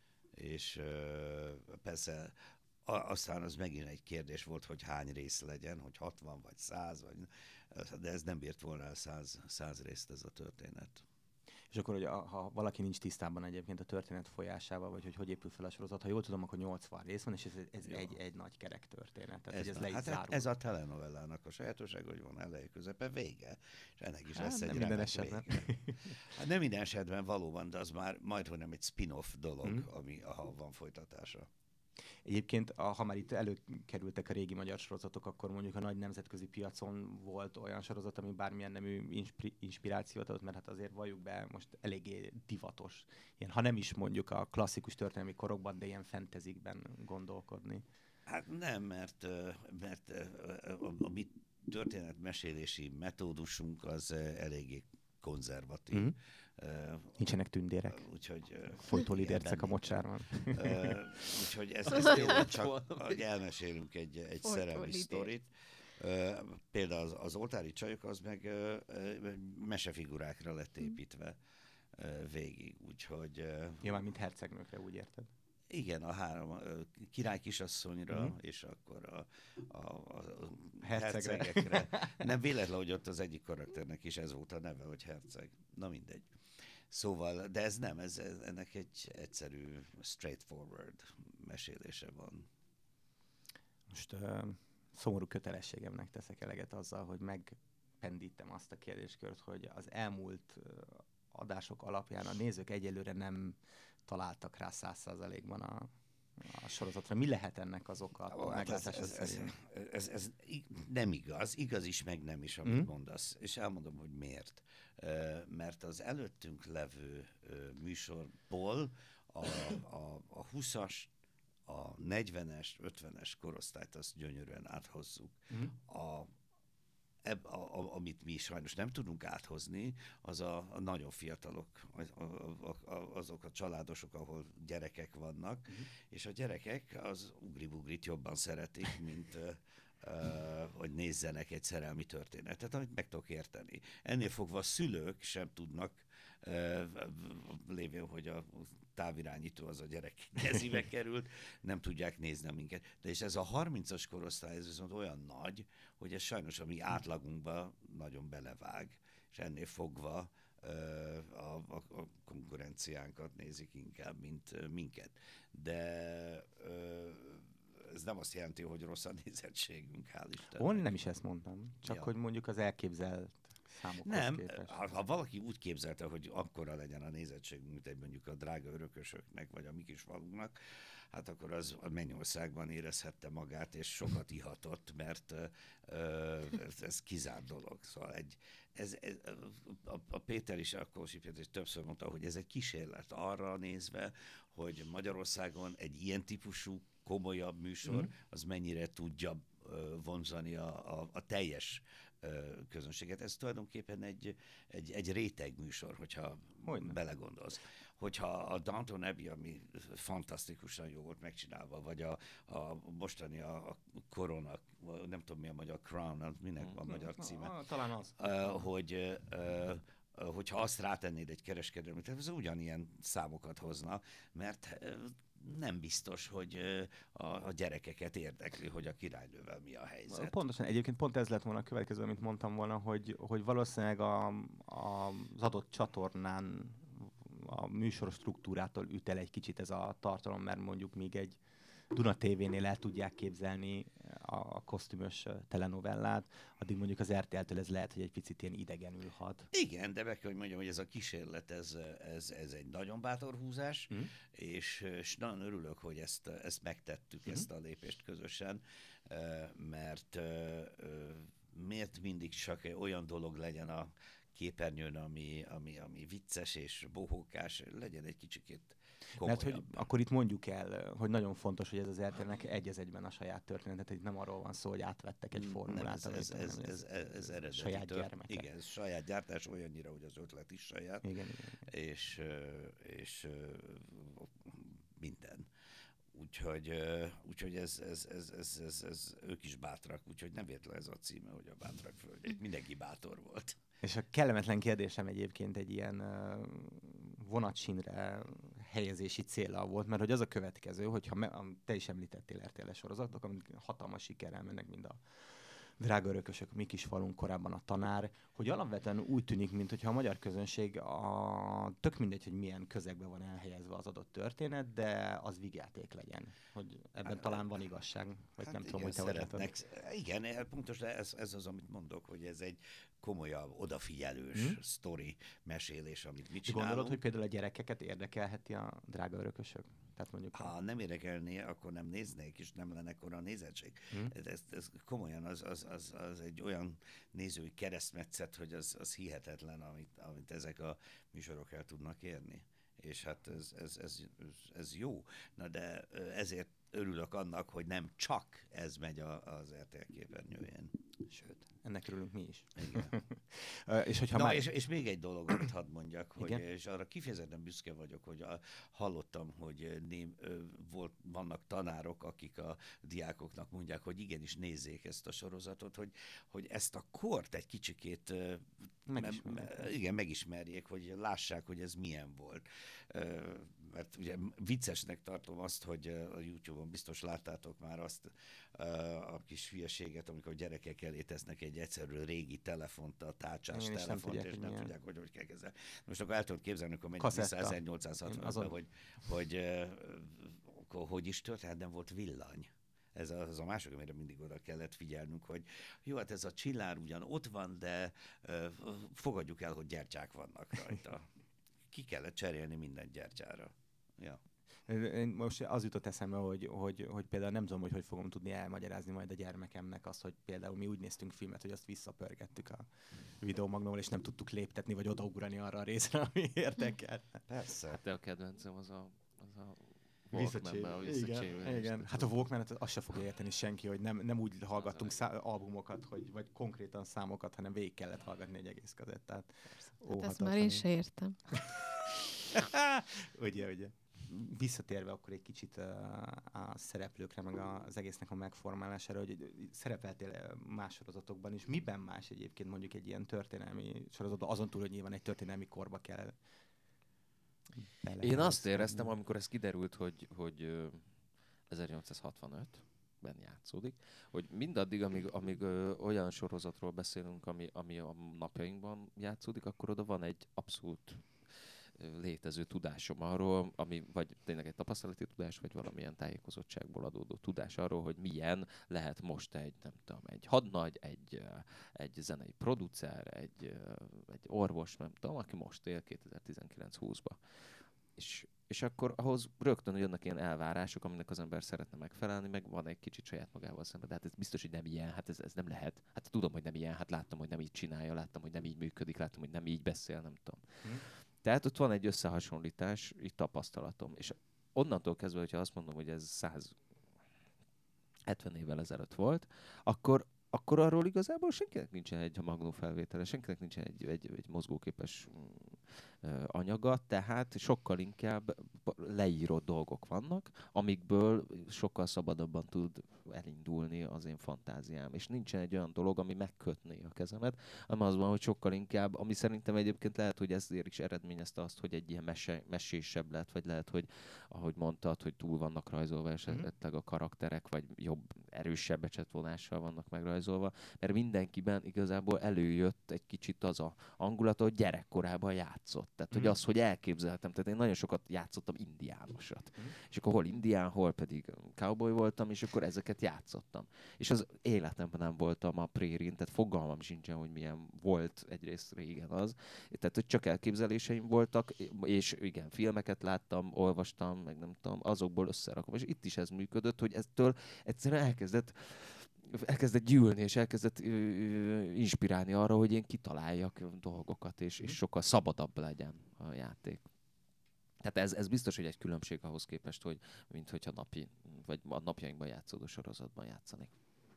És ö, persze a, aztán az megint egy kérdés volt, hogy hány rész legyen, hogy hatvan vagy száz, vagy, de ez nem bírt volna el száz, száz részt ez a történet.
És akkor, hogy a, ha valaki nincs tisztában egyébként a történet folyásával, vagy hogy hogy épül fel a sorozat, ha jól tudom, akkor nyolcvan rész van, és ez, ez
Jó.
egy, egy nagy kerek történet. Tehát,
Ez,
hogy ez
van.
le is
hát
zárul.
ez a telenovellának a sajátossága, hogy van eleje, közepe, vége. És ennek is
Hát,
lesz
nem
egy
minden
remek
esetben.
vége. Hát nem minden esetben valóban, de az már majdhogy nem egy spin-off dolog,
Mhm.
ami, ha van folytatása.
Egyébként, a, ha már itt előkerültek a régi magyar sorozatok, akkor mondjuk a nagy nemzetközi piacon volt olyan sorozat, ami bármilyen nemű inspri- inspirációt adott, mert hát azért valljuk be, most eléggé divatos. Ilyen, ha nem is mondjuk a klasszikus történelmi korokban, de ilyen fentezikben gondolkodni.
Hát nem, mert, ö, mert ö, a, a mi történetmesélési metódusunk az ö, eléggé konzervatív.
Mhm.
Ö,
Nincsenek tündérek.
Úgyhogy... ö,
Folytó
igen,
lidércek a
nincsen.
mocsárban.
Ö, Úgyhogy ez,
Az
ez jó,
jó lett
csak
volna.
hogy elmesélünk egy, egy
Folytó
szerelmi
lidér.
sztorit. Ö, Például az, az oltári csajok az meg ö, ö, mesefigurákra lett építve ö, végig, úgyhogy ö,
Ja, már mint hercegnőkre, úgy érted?
igen, a három ö, király kisasszonyra,
Mhm.
és akkor a, a, a, a
Hercegre.
hercegekre. Nem véletlen, hogy ott az egyik karakternek is ez volt a neve, hogy herceg. Na mindegy. Szóval, de ez nem, ez, ez ennek egy egyszerű, straightforward mesélése van.
Most uh, szomorú kötelességemnek teszek eleget azzal, hogy megpendítem azt a kérdéskört, hogy az elmúlt uh, adások alapján a nézők egyelőre nem találtak rá száz százalékban a, a sorozatra. Mi lehet ennek az oka? A
Hát ez,
meglátásod
ez, ez,
szerint?
ez, ez ig- nem igaz, igaz is, meg nem is, amit
Mhm.
mondasz. És elmondom, hogy miért. Ö, Mert az előttünk levő ö, műsorból a, a, a huszas, a negyvenes, ötvenes korosztályt azt gyönyörűen áthozzuk.
Mhm.
A eb, a, a, amit mi sajnos nem tudunk áthozni, az a, a nagyon fiatalok, az, a, a, a, azok a családosok, ahol gyerekek vannak, uh-huh. és a gyerekek az ugri-bugrit jobban szeretik, mint uh, uh, hogy nézzenek egy szerelmi történetet, amit meg tudok érteni. Ennél fogva a szülők sem tudnak, uh, lévén, hogy a távirányító az a gyerek kezébe került, nem tudják nézni minket. De és ez a harmincas korosztály, ez viszont olyan nagy, hogy ez sajnos a mi átlagunkba nagyon belevág, és ennél fogva a, a, a konkurenciánkat nézik inkább, mint minket. De ez nem azt jelenti, hogy rossz a nézettségünk, hál' Istennek.
On, nem is ezt mondtam, csak ja. hogy mondjuk az elképzelt számokhoz
nem,
képest.
Ha, ha valaki úgy képzelte, hogy akkora legyen a nézettségünk, mint egy mondjuk a drága örökösöknek, vagy a mi kis falunknak, hát akkor az a Mennyországban érezhette magát, és sokat ihatott, mert uh, ez, ez kizárt dolog. Szóval egy, ez, ez, a, a Péter is, a Kósi Péter is többször mondta, hogy ez egy kísérlet arra nézve, hogy Magyarországon egy ilyen típusú komolyabb műsor, mm. az mennyire tudja uh, vonzani a, a, a teljes közönséget. Ez tulajdonképpen egy, egy, egy réteg műsor, hogyha Hogyne. belegondolsz. Hogyha a Downton Abbey, ami fantasztikusan jó volt megcsinálva, vagy a, a mostani a, a Korona, nem tudom mi a magyar, Crown, minek van a magyar címe.
Ah, talán az.
Uh, hogy uh, hogyha azt rátennéd egy kereskedelmi, tehát ez ugyanilyen számokat hozna, mert uh, nem biztos, hogy a, a gyerekeket érdekli, hogy a királynővel mi a helyzet.
Pontosan. Egyébként pont ez lett volna a következő, amit mondtam volna, hogy, hogy valószínűleg a, a, az adott csatornán a műsor struktúrától üt el egy kicsit ez a tartalom, mert mondjuk még egy Duna té vénél el tudják képzelni a kosztümös telenovellát, addig mondjuk az er té el-től ez lehet, hogy egy picit ilyen idegenül hat.
Igen, de meg kell, hogy mondjam, hogy ez a kísérlet, ez, ez, ez egy nagyon bátor húzás, mm. és, és nagyon örülök, hogy ezt, ezt megtettük, mm. ezt a lépést közösen, mert miért mindig csak olyan dolog legyen a képernyőn, ami, ami, ami vicces és bohókás, legyen egy kicsikét komolyabb.
Mert hogy akkor itt mondjuk el, hogy nagyon fontos, hogy ez az er té el-nek egy az egyben a saját történetet, itt nem arról van szó, hogy átvettek egy formulát.
Nem, ez, ez, ez, ez, ez, ez eredeti
saját
tört,
gyermeke.
Igen, ez saját gyártás olyannyira, hogy az ötlet is saját.
Igen, igen.
És, és minden. Úgyhogy, úgyhogy ez, ez, ez, ez, ez, ez, ők is bátrak, úgyhogy nem véletlen ez a címe, hogy a bátrak földjét. Mindenki bátor volt.
És a kellemetlen kérdésem egyébként egy ilyen uh, vonatsínre helyezési céllal volt, mert hogy az a következő, hogyha me- te is említettél er té el-es sorozatok, amik hatalmas sikerrel mennek, mind a Drága örökösök, mi kis falunk, korábban a Tanár, hogy alapvetően úgy tűnik, mintha a magyar közönség a, tök mindegy, hogy milyen közegben van elhelyezve az adott történet, de az vígjáték legyen. Hogy ebben hát, talán van igazság, vagy hát nem igen, tudom, hogy te szeretnek.
Igen, pontosan ez, ez az, amit mondok, hogy ez egy komolyabb, odafigyelős hmm? sztori, mesélés, amit mit csinálunk.
Gondolod, hogy például a gyerekeket érdekelheti a Drága örökösök? Tehát mondjuk
ha a... nem érdekelné, akkor nem néznék, és nem lenne akkora a nézettség. Hmm? Ez, ez komolyan az, az, az, az egy olyan nézői keresztmetszet, hogy az, az hihetetlen, amit, amit ezek a műsorok el tudnak érni. És hát ez, ez, ez, ez jó. Na de ezért örülök annak, hogy nem csak ez megy a, az er té el képernyőjén.
Sőt, ennek örülünk mi is.
Igen.
és, hogyha
Na,
már...
és, és még egy dolog, amit hadd mondjak, hogy, és arra kifejezetten büszke vagyok, hogy a, hallottam, hogy ném, volt, vannak tanárok, akik a diákoknak mondják, hogy igenis nézzék ezt a sorozatot, hogy, hogy ezt a kort egy kicsikét me, igen, megismerjék, hogy lássák, hogy ez milyen volt. Mert ugye viccesnek tartom azt, hogy a YouTube-on biztos láttátok már azt a kis hülyeséget, amikor a gyerekek elé tesznek egy egyszerű régi telefont, a tárcsás
Én
telefont,
nem tudják,
és nem
milyen.
tudják, hogy hogy kell kezelni. Most akkor el tudod képzelni, akkor megyünk vissza ezernyolcszázhatvanban, hogy, hogy, hogy hogy is történt, nem volt villany. Ez az a másik, amire mindig oda kellett figyelnünk, hogy jó, hát ez a csillár ugyan ott van, de uh, fogadjuk el, hogy gyertyák vannak rajta. Ki kellett cserélni minden gyertyára. Ja.
Én most az jutott eszembe, hogy, hogy, hogy például nem tudom, hogy hogy fogom tudni elmagyarázni majd a gyermekemnek azt, hogy például mi úgy néztünk filmet, hogy azt visszapörgettük a videómagnóval, és nem tudtuk léptetni, vagy odaugrani arra a részre, ami érdekel.
Persze.
Hát de a kedvencem az a, az a Walkmanbe
visszacsérülni. Igen, hát a Walkman-et azt se fogja érteni senki, hogy nem, nem úgy hallgattunk szá- albumokat, hogy, vagy konkrétan számokat, hanem végig kellett hallgatni egy egész kazettát.
Hát ezt már én se értem.
ugye, ugye. Visszatérve akkor egy kicsit a, a szereplőkre, meg az egésznek a megformálására, hogy szerepeltél más sorozatokban is. Miben más egyébként mondjuk egy ilyen történelmi sorozatban, azon túl, hogy nyilván egy történelmi korba kell bele.
Én azt éreztem, amikor ez kiderült, hogy, hogy ezernyolcszázhatvanötben játszódik, hogy mindaddig, amíg, amíg ö, olyan sorozatról beszélünk, ami, ami a napjainkban játszódik, akkor oda van egy abszolút létező tudásom arról, ami vagy tényleg egy tapasztalati tudás, vagy valamilyen tájékozottságból adódó tudás arról, hogy milyen lehet most egy, nem tudom, egy hadnagy, egy, egy zenei producer, egy, egy orvos, nem tudom, aki most él kétezer-tizenkilenc-húszban. És, és akkor ahhoz rögtön jönnek ilyen elvárások, aminek az ember szeretne megfelelni, meg van egy kicsit saját magával szemben. De hát ez biztos, hogy nem ilyen, hát ez, ez nem lehet. Hát tudom, hogy nem ilyen, hát láttam, hogy nem így csinálja, láttam, hogy nem így működik, láttam, hogy nem így beszél, nem tudom. Hmm. Tehát ott van egy összehasonlítás, így tapasztalatom. És onnantól kezdve, hogyha azt mondom, hogy ez száz hetven évvel ezelőtt volt, akkor, akkor arról igazából senkinek nincsen egy magnófelvétele, senkinek nincsen egy, egy, egy mozgóképes anyaga, tehát sokkal inkább leírott dolgok vannak, amikből sokkal szabadabban tud elindulni az én fantáziám. És nincsen egy olyan dolog, ami megkötné a kezemet, hanem az van, hogy sokkal inkább, ami szerintem egyébként lehet, hogy ezért is eredményezte azt, hogy egy ilyen mese, mesésebb lett, vagy lehet, hogy ahogy mondtad, hogy túl vannak rajzolva esetleg a karakterek, vagy jobb, erősebb ecsetvonással vannak megrajzolva, mert mindenkiben igazából előjött egy kicsit az a hangulat, hogy gyerekkorában játszott. Tehát, hogy az, hogy elképzeltem. Tehát én nagyon sokat játszottam indiánosat. Mm. És akkor hol indián, hol pedig cowboy voltam, és akkor ezeket játszottam. És az életemben nem voltam a prérin, tehát fogalmam sincsen, hogy milyen volt egyrészt régen az. Tehát, hogy csak elképzeléseim voltak, és igen, filmeket láttam, olvastam, meg nem tudom, azokból összerakom. És itt is ez működött, hogy ettől egyszerűen elkezdett elkezdett gyűlni, és elkezdett ö, ö, inspirálni arra, hogy én kitaláljak dolgokat, és, és sokkal szabadabb legyen a játék. Tehát ez, ez biztos, hogy egy különbség ahhoz képest, hogy mint hogyha napi, vagy a napjainkban játszódó sorozatban játszanék.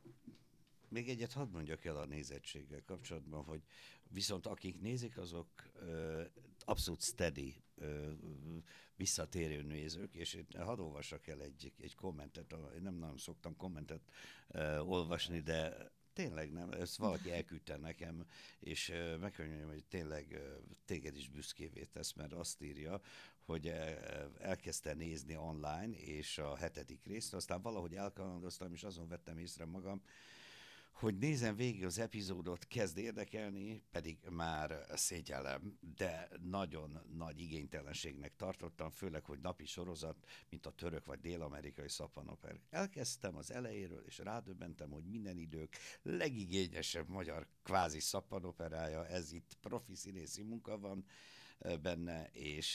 Még egyet hadd mondjak el a nézettséggel kapcsolatban, hogy viszont akik nézik, azok ö, abszolút steady, ö, visszatérő nézők, és én hadd olvassak el egy, egy kommentet, én nem nagyon szoktam kommentet ö, olvasni, de tényleg nem, ezt valaki elküldte nekem, és ö, meg kell mondjam, hogy tényleg ö, téged is büszkévé tesz, mert azt írja, hogy elkezdte nézni online, és a hetedik részt, aztán valahogy elkalandoztam, és azon vettem észre magam, hogy nézem végig az epizódot, kezd érdekelni, pedig már szégyellem, de nagyon nagy igénytelenségnek tartottam, főleg, hogy napi sorozat, mint a török vagy dél-amerikai szappanoper. Elkezdtem az elejéről, és rádöbbentem, hogy minden idők legigényesebb magyar kvázi szappanoperája, ez itt profi színészi munka van benne, és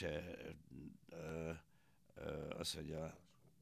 ö, ö, az, hogy a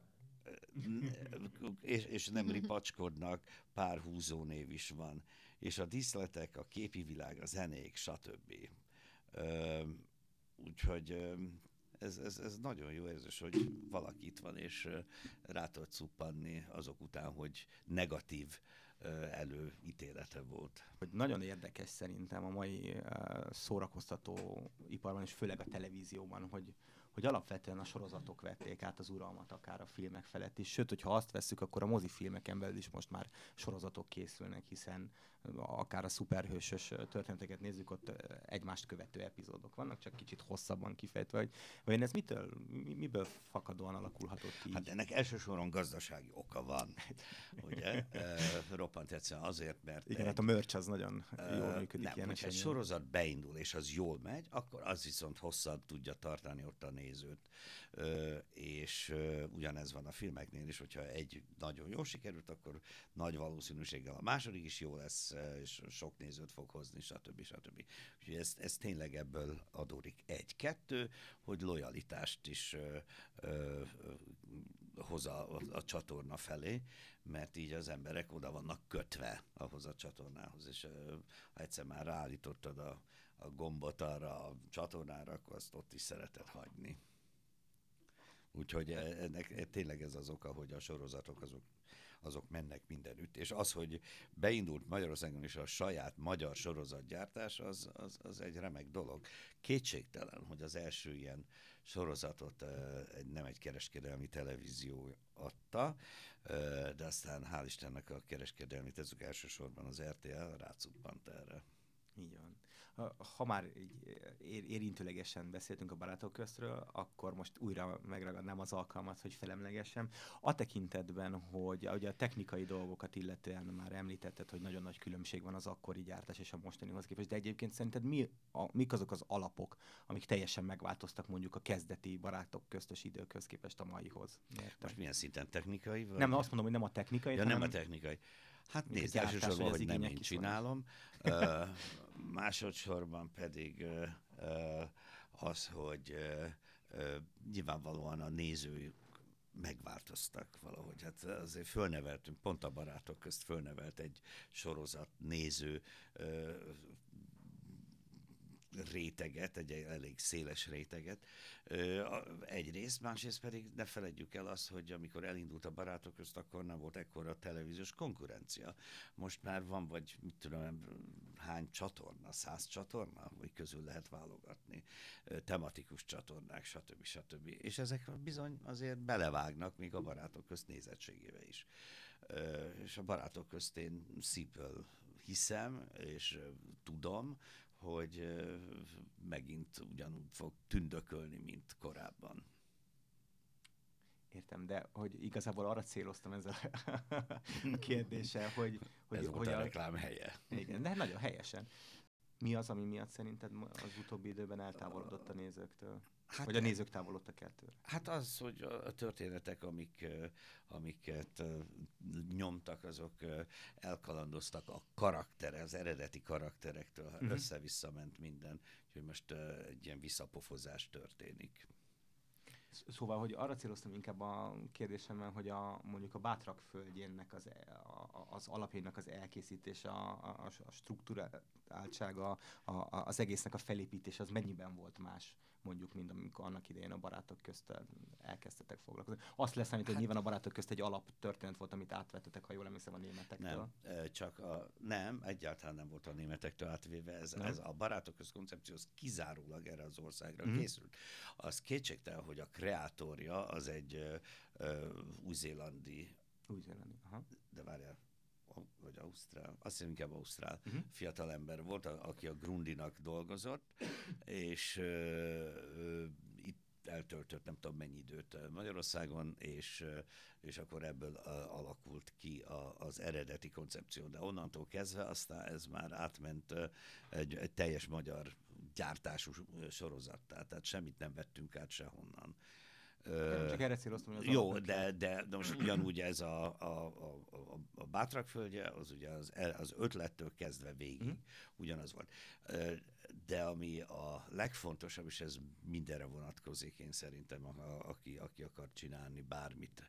és, és nem ripacskodnak, pár húzónév is van. És a díszletek, a képi világ, a zenék, stb. Ö, úgyhogy ez, ez, ez nagyon jó érzés, hogy valaki itt van, és rá tud cuppanni azok után, hogy negatív előítélete volt.
Hogy nagyon érdekes szerintem a mai szórakoztató iparban, és főleg a televízióban, hogy hogy alapvetően a sorozatok vették át az uralmat akár a filmek felett is. Sőt, hogyha azt vesszük, akkor a mozifilmeken belül is most már sorozatok készülnek, hiszen akár a szuperhősös történeteket nézzük, ott egymást követő epizódok vannak, csak kicsit hosszabban kifejtve, hogy vagy ez mitől, miből fakadóan alakulhatott ki?
Hát ennek elsősorban gazdasági oka van, ugye? E, roppant egyszerűen azért, mert...
Igen,
egy,
hát a merch az nagyon uh, jól működik.
Nem, hogyha egy sorozat beindul, és az jól megy, akkor az viszont hosszan tudja tartani ott a nézőt. Uh, és uh, ugyanez van a filmeknél is, hogyha egy nagyon jól sikerült, akkor nagy valószínűséggel a második is jó lesz, és sok nézőt fog hozni, stb. stb. Úgyhogy ez, ez tényleg ebből adódik. Egy-kettő, hogy lojalitást is ö, ö, hoz a, a csatorna felé, mert így az emberek oda vannak kötve ahhoz a csatornához, és ö, ha egyszer már ráállítottad a, a gombot arra a csatornára, akkor azt ott is szereted hagyni. Úgyhogy ennek tényleg ez az oka, hogy a sorozatok azok, azok mennek mindenütt. És az, hogy beindult Magyarországon is a saját magyar sorozatgyártás, az, az, az egy remek dolog. Kétségtelen, hogy az első ilyen sorozatot nem egy kereskedelmi televízió adta, de aztán hál' Istennek a kereskedelmi tezők elsősorban az er té el rácuppant erre.
Így van. Ha már így érintőlegesen beszéltünk a barátok köztről, akkor most újra megragadnám az alkalmat, hogy felemlegessem. A tekintetben, hogy ugye a technikai dolgokat illetően már említetted, hogy nagyon nagy különbség van az akkori gyártás és a mostanihoz képest, de egyébként szerinted mi a, mik azok az alapok, amik teljesen megváltoztak mondjuk a kezdeti barátok köztös időkhöz képest a maihoz? Miért?
Most milyen szinten technikai? Vagy?
Nem, azt mondom, hogy nem a technikai,
ja,
hanem...
nem a technikai. Hát
Még
nézd,
a gyártás,
elsősorban,
vagy
hogy
az
nem én
igények
csinálom. uh, másodszorban pedig uh, uh, az, hogy uh, uh, nyilvánvalóan a nézők megváltoztak valahogy. Hát azért fölneveltünk, pont a barátok közt fölnevelt egy sorozat néző uh, réteget, egy elég széles réteget. Egyrészt, másrészt pedig ne feledjük el azt, hogy amikor elindult a barátok közt, akkor nem volt ekkora televíziós konkurencia. Most már van, vagy mit tudom, hány csatorna, száz csatorna, vagy közül lehet válogatni, tematikus csatornák, stb. stb. És ezek bizony azért belevágnak még a barátok közt nézettségébe is. És a barátok közt én szívből hiszem, és tudom, hogy megint ugyanúgy fog tündökölni, mint korábban.
Értem, de hogy igazából arra céloztam ezzel a kérdéssel, hogy... hogy
Ez
hogy
volt a
a
reklám helye.
Igen, de nagyon helyesen. Mi az, ami miatt szerinted az utóbbi időben eltávolodott a nézőktől? Hát, vagy a nézők távolodtak el tőle?
Hát az, hogy a történetek, amik, amiket nyomtak, azok elkalandoztak a karakter, az eredeti karakterektől, uh-huh. össze-vissza ment minden, úgyhogy most egy ilyen visszapofozás történik.
Szóval, hogy arra céloztam inkább a kérdésemmel, hogy a, mondjuk a Bátrak földjének az, az alapjainak az elkészítése, a, a, a struktúráltsága, a, a, az egésznek a felépítése, az mennyiben volt más, mondjuk, mint amikor annak idején a barátok közt elkezdtetek foglalkozni. Azt leszámít, hogy hát, nyilván a barátok közt egy alaptörténet volt, amit átvettetek, ha jól emlékszem, a németektől.
Nem, csak a, nem, egyáltalán nem volt a németektől átvéve. Ez, ez a barátok közt koncepció az kizárólag erre az országra mm. készült. Az kétségtelen, hogy a kreatorja az egy uh, uh, új-zélandi,
új-zélandi, aha.
de várjál, vagy ausztrál, azt hiszem inkább ausztrál uh-huh. fiatalember volt, a, aki a Grundinak dolgozott, és uh, uh, itt eltöltött nem tudom mennyi időt Magyarországon, és, uh, és akkor ebből uh, alakult ki a, az eredeti koncepció. De onnantól kezdve aztán ez már átment uh, egy, egy teljes magyar gyártású sorozattá, tehát semmit nem vettünk át sehonnan.
Uh, Csak erre céloztam, hogy az
jó, de, de, de most ugyanúgy ez a, a, a, a Bátrak földje, az ugye az, az ötlettől kezdve végig uh-huh. ugyanaz volt. De ami a legfontosabb, és ez mindenre vonatkozik, én szerintem, a, a, aki, aki akar csinálni bármit,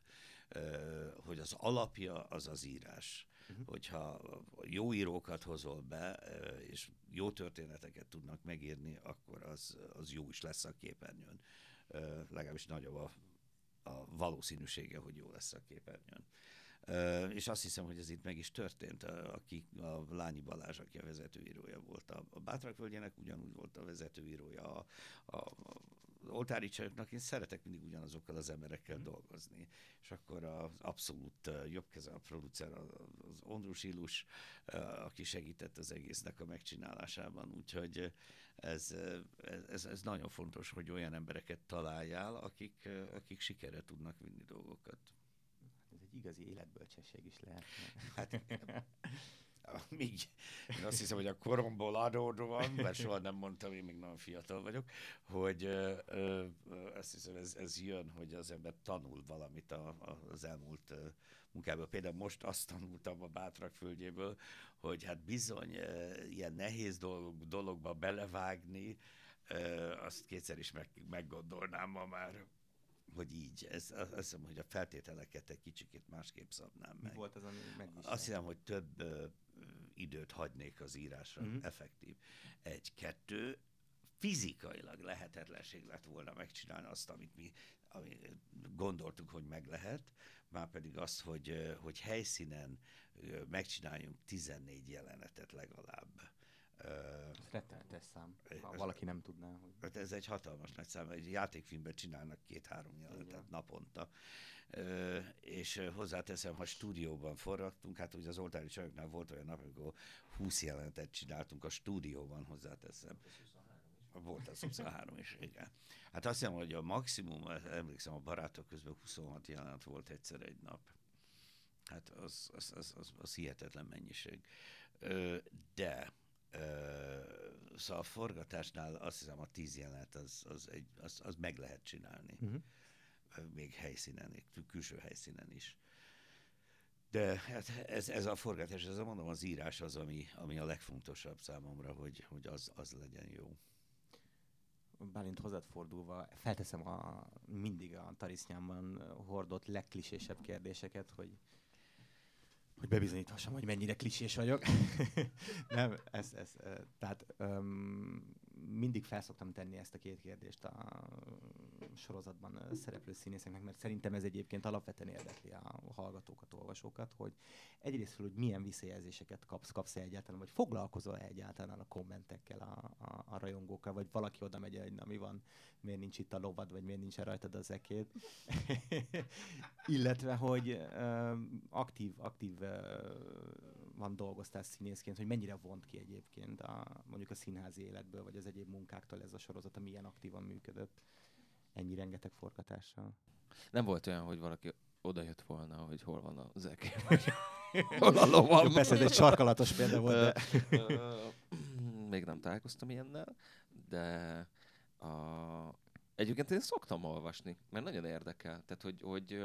hogy az alapja az az írás. Uh-huh. Hogyha jó írókat hozol be, és jó történeteket tudnak megírni, akkor az, az jó is lesz a képernyőn. Uh, legalábbis nagyobb a, a valószínűsége, hogy jó lesz a képernyőn. Uh, és azt hiszem, hogy ez itt meg is történt. A, aki, a Lányi Balázs, aki a vezetőírója volt a, a Bátrak földjének, ugyanúgy volt a vezetőírója a, a, a oltári csajoknak. Én szeretek mindig ugyanazokkal az emberekkel mm. dolgozni. És akkor az abszolút uh, jobb keze a producer, az Ondrus Illus, uh, aki segített az egésznek a megcsinálásában. Úgyhogy Ez, ez, ez nagyon fontos, hogy olyan embereket találjál, akik, akik sikerre tudnak vinni dolgokat.
Ez egy igazi életbölcsesség is lehet.
Hát, még, én azt hiszem, hogy a koromból adódóan, mert soha nem mondtam, én még nagyon fiatal vagyok, hogy ö, ö, azt hiszem, ez, ez jön, hogy az ember tanul valamit a, a, az elmúlt ö, munkából. Például most azt tanultam a Bátrak földjéből, hogy hát bizony ö, ilyen nehéz dolog, dologba belevágni, ö, azt kétszer is meg, meggondolnám ma már, hogy így. Ez, azt hiszem, hogy a feltételeket egy kicsikét másképp szabnám meg.
Mi volt az, ami megviselt?
Azt hiszem, hogy több ö, időt hagynék az írásra, mm-hmm. effektív. Egy, kettő, fizikailag lehetetlenség lett volna megcsinálni azt, amit mi amit gondoltuk, hogy meg lehet, már pedig azt, hogy, hogy helyszínen megcsináljunk tizennégy jelenetet legalább.
Ez rettenetes szám, ha
ez,
valaki nem tudná. Hogy...
Ez egy hatalmas nagy szám, egy játékfilmben csinálnak két-három jelenetet igen. naponta. Uh, és hozzáteszem, ha stúdióban forragtunk, hát ugye az Oltári Csajoknál volt olyan nap, amikor húsz jelenetet csináltunk a stúdióban, hozzáteszem. Volt az huszonhárom is, igen. Hát azt hiszem, hogy a maximum, emlékszem, a barátok közben huszonhat jelenet volt egyszer egy nap. Hát az, az, az, az, az hihetetlen mennyiség. Uh, de uh, szóval a forgatásnál azt hiszem, a tíz jelenet az, az, egy, az, az meg lehet csinálni. Uh-huh. Még helyszínen, külső helyszínen is. De hát ez, ez a forgatás, ez a mondom, az írás az, ami, ami a legfontosabb számomra, hogy, hogy az, az legyen jó.
Bálint, hozzád fordulva, felteszem a, mindig a tarisznyámban hordott legklisésebb kérdéseket, hogy hogy bebizonyíthassam, hogy mennyire klisés vagyok. Nem, ez, ez, tehát um, mindig felszoktam tenni ezt a két kérdést a sorozatban szereplő színészeknek, mert szerintem ez egyébként alapvetően érdekli a hallgatókat, olvasókat, hogy egyrésztről, hogy milyen visszajelzéseket kapsz, kapsz egyáltalán, vagy foglalkozol egyáltalán a kommentekkel, a, a, a rajongókkal, vagy valaki oda megy, hogy na mi van, miért nincs itt a lovad, vagy miért nincs rajtad az ekét. Illetve, hogy um, aktív, aktív uh, van dolgoztál színészként, hogy mennyire vont ki egyébként a, mondjuk a színházi életből, vagy az egyéb munkáktól ez a sorozat, milyen aktívan működött ennyi rengeteg forgatással.
Nem volt olyan, hogy valaki oda jött volna, hogy hol van az eké, vagy hol a lovam.
Persze, ez egy sarkalatos példa volt, de...
Még nem találkoztam ilyennel, de a... egyébként én szoktam olvasni, mert nagyon érdekel. Tehát, hogy, hogy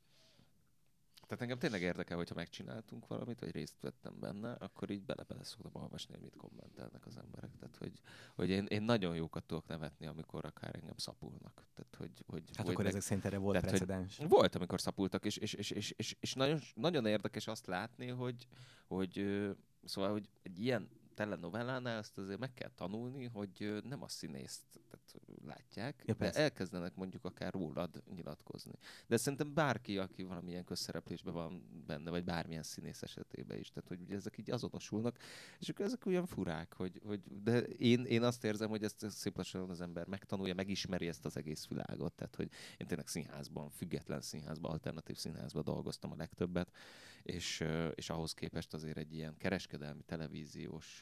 Tehát engem tényleg érdekel, hogyha megcsináltunk valamit, vagy részt vettem benne, akkor így bele-bele szoktam olvasni, hogy mit kommentelnek az emberek. Tehát, hogy, hogy én, én nagyon jókat tudok nevetni, amikor akár engem szapulnak. Tehát, hogy, hogy,
hát
hogy
akkor
meg,
ezek szerint erre volt
tehát,
precedens.
Volt, amikor szapultak, és, és, és, és, és, és nagyon, nagyon érdekes azt látni, hogy, hogy szóval, hogy egy ilyen telenovellánál ezt azért meg kell tanulni, hogy nem a színészt tehát látják, ja, de elkezdenek mondjuk akár rólad nyilatkozni. De szerintem bárki, aki valamilyen közszereplésben van benne, vagy bármilyen színész esetében is, tehát hogy ugye ezek így azonosulnak, és akkor ezek olyan furák, hogy, hogy de én, én azt érzem, hogy ezt szép lassan az ember megtanulja, megismeri ezt az egész világot, tehát hogy én tényleg színházban, független színházban, alternatív színházban dolgoztam a legtöbbet, és, és ahhoz képest azért egy ilyen kereskedelmi, televíziós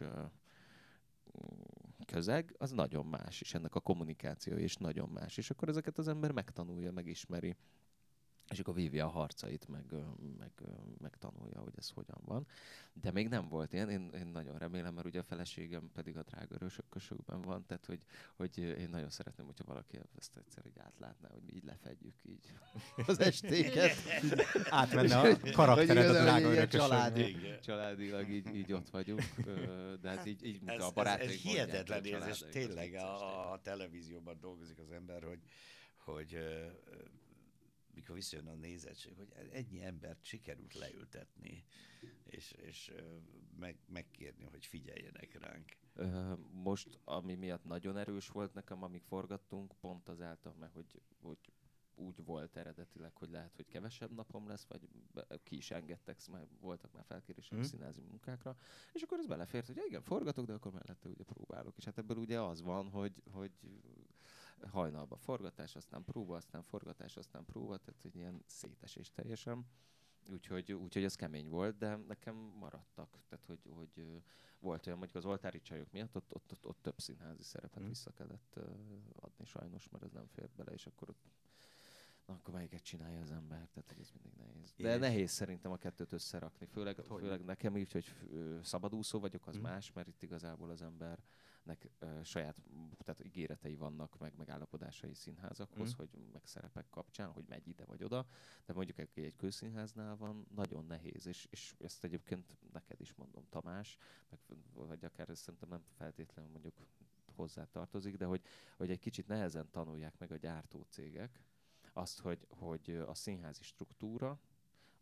közeg, az nagyon más, és ennek a kommunikációja is nagyon más. És akkor ezeket az ember megtanulja, megismeri, és akkor vívja a harcait, meg, meg, meg tanulja, hogy ez hogyan van. De még nem volt ilyen, én, én nagyon remélem, mert ugye a feleségem pedig a Drága Örösök Kösökben van, tehát hogy, hogy én nagyon szeretném, hogyha valaki ezt egyszer így átlátná, hogy mi így lefedjük így az estéket.
Átmenne a karaktered a Drága Örökösökben.
Családi, családilag így, így ott vagyunk, de hát így, így
ez,
a barátaink.
Ez, ez hihetetlen érzés, tényleg a, a televízióban dolgozik az ember, hogy, hogy mikor visszajön a nézettség, hogy ennyi embert sikerült leültetni, és, és meg, megkérni, hogy figyeljenek ránk.
Most, ami miatt nagyon erős volt nekem, amíg forgattunk, pont azáltal, mert hogy, hogy úgy volt eredetileg, hogy lehet, hogy kevesebb napom lesz, vagy ki is engedtek, mert voltak már felkérések mm. színházi munkákra, és akkor ez belefért, hogy ja, igen, forgatok, de akkor mellette ugye próbálok. És hát ebből ugye az van, hogy, hogy hajnalban forgatás, aztán próba, aztán forgatás, aztán próba, tehát hogy ilyen szétesés teljesen. Úgyhogy, úgyhogy ez kemény volt, de nekem maradtak. Tehát, hogy, hogy volt olyan, mondjuk az Oltári Csajok miatt, ott, ott, ott, ott több színházi szerepet mm. vissza kellett adni sajnos, mert ez nem fért bele, és akkor ott na, akkor melyiket csinálja az ember, tehát hogy ez mindig nehéz. De és nehéz szerintem a kettőt összerakni, főleg, főleg nekem így, hogy szabadúszó vagyok, az mm. más, mert itt igazából az embernek uh, saját tehát ígéretei vannak, meg megállapodásai színházakhoz, mm. hogy meg szerepek kapcsán, hogy megy ide vagy oda, de mondjuk egy, egy kőszínháznál van, nagyon nehéz, és, és ezt egyébként neked is mondom, Tamás, meg, vagy akár ezt szerintem nem feltétlenül mondjuk hozzá tartozik, de hogy, hogy egy kicsit nehezen tanulják meg a gyártó cégek, azt, hogy, hogy a színházi struktúra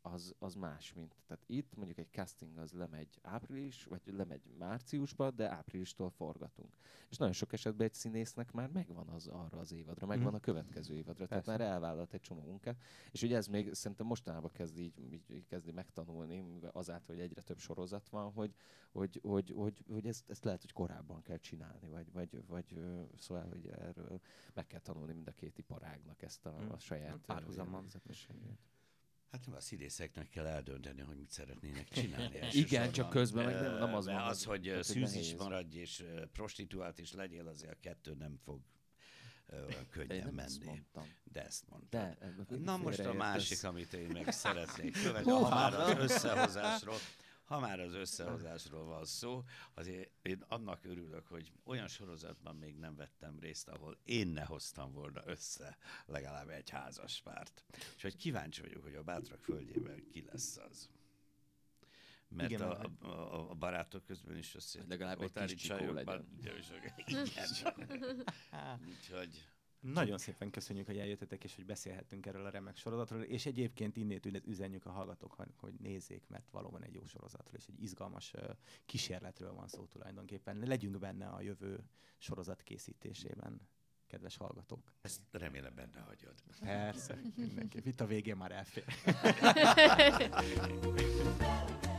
az, az más, mint. Tehát itt mondjuk egy casting az lemegy április, vagy lemegy márciusba, de áprilistól forgatunk. És nagyon sok esetben egy színésznek már megvan az arra az évadra, megvan
Mm.
a következő évadra, tehát
Persze.
már elvállalt egy csomó munkát. És ugye ez még szerintem mostanában kezd így, így, így kezdi megtanulni, mivel azáltal, hogy egyre több sorozat van, hogy, hogy, hogy, hogy, hogy ezt, ezt lehet, hogy korábban kell csinálni, vagy, vagy, vagy ö, szóval, hogy erről meg kell tanulni mind a két iparágnak ezt a,
Mm.
a saját
Párhuzamban.
jellegzetességét.
Hát nem a színészeknek kell eldönteni, hogy mit szeretnének csinálni.
Igen, csak közben meg nem- nem az van,
Az,
hogy-
hogy
hogy
szűz is
nehéz.
maradj, és ö, prostituált is legyél, azért a kettő nem fog ö, olyan
Én
könnyen
nem ezt
menni.
mondtam.
De ezt mondtam.
De, ebbe
Na most a
félreértesz.
másik, amit én meg szeretnék követni, ha már az összehozásról, ha már az összehozásról van szó, azért én annak örülök, hogy olyan sorozatban még nem vettem részt, ahol én ne hoztam volna össze legalább egy házaspárt. És hogy kíváncsi vagyok, hogy a Bátrak földjében ki lesz az. Mert
Igen,
a,
mert-
a, a barátok közben is össze...
Hogy legalább egy
otári
kis csikó
csajokban- Igen.
Hát,
Úgyhogy...
nagyon szépen köszönjük, hogy eljöttetek, és hogy beszélhettünk erről a remek sorozatról, és egyébként innét üzenjük a hallgatók, hogy nézzék, mert valóban egy jó sorozatról, és egy izgalmas uh, kísérletről van szó tulajdonképpen. Legyünk benne a jövő sorozat készítésében, kedves hallgatók.
Ezt remélem benne hagyod.
Persze, mindenképp. Itt a végén már elfér.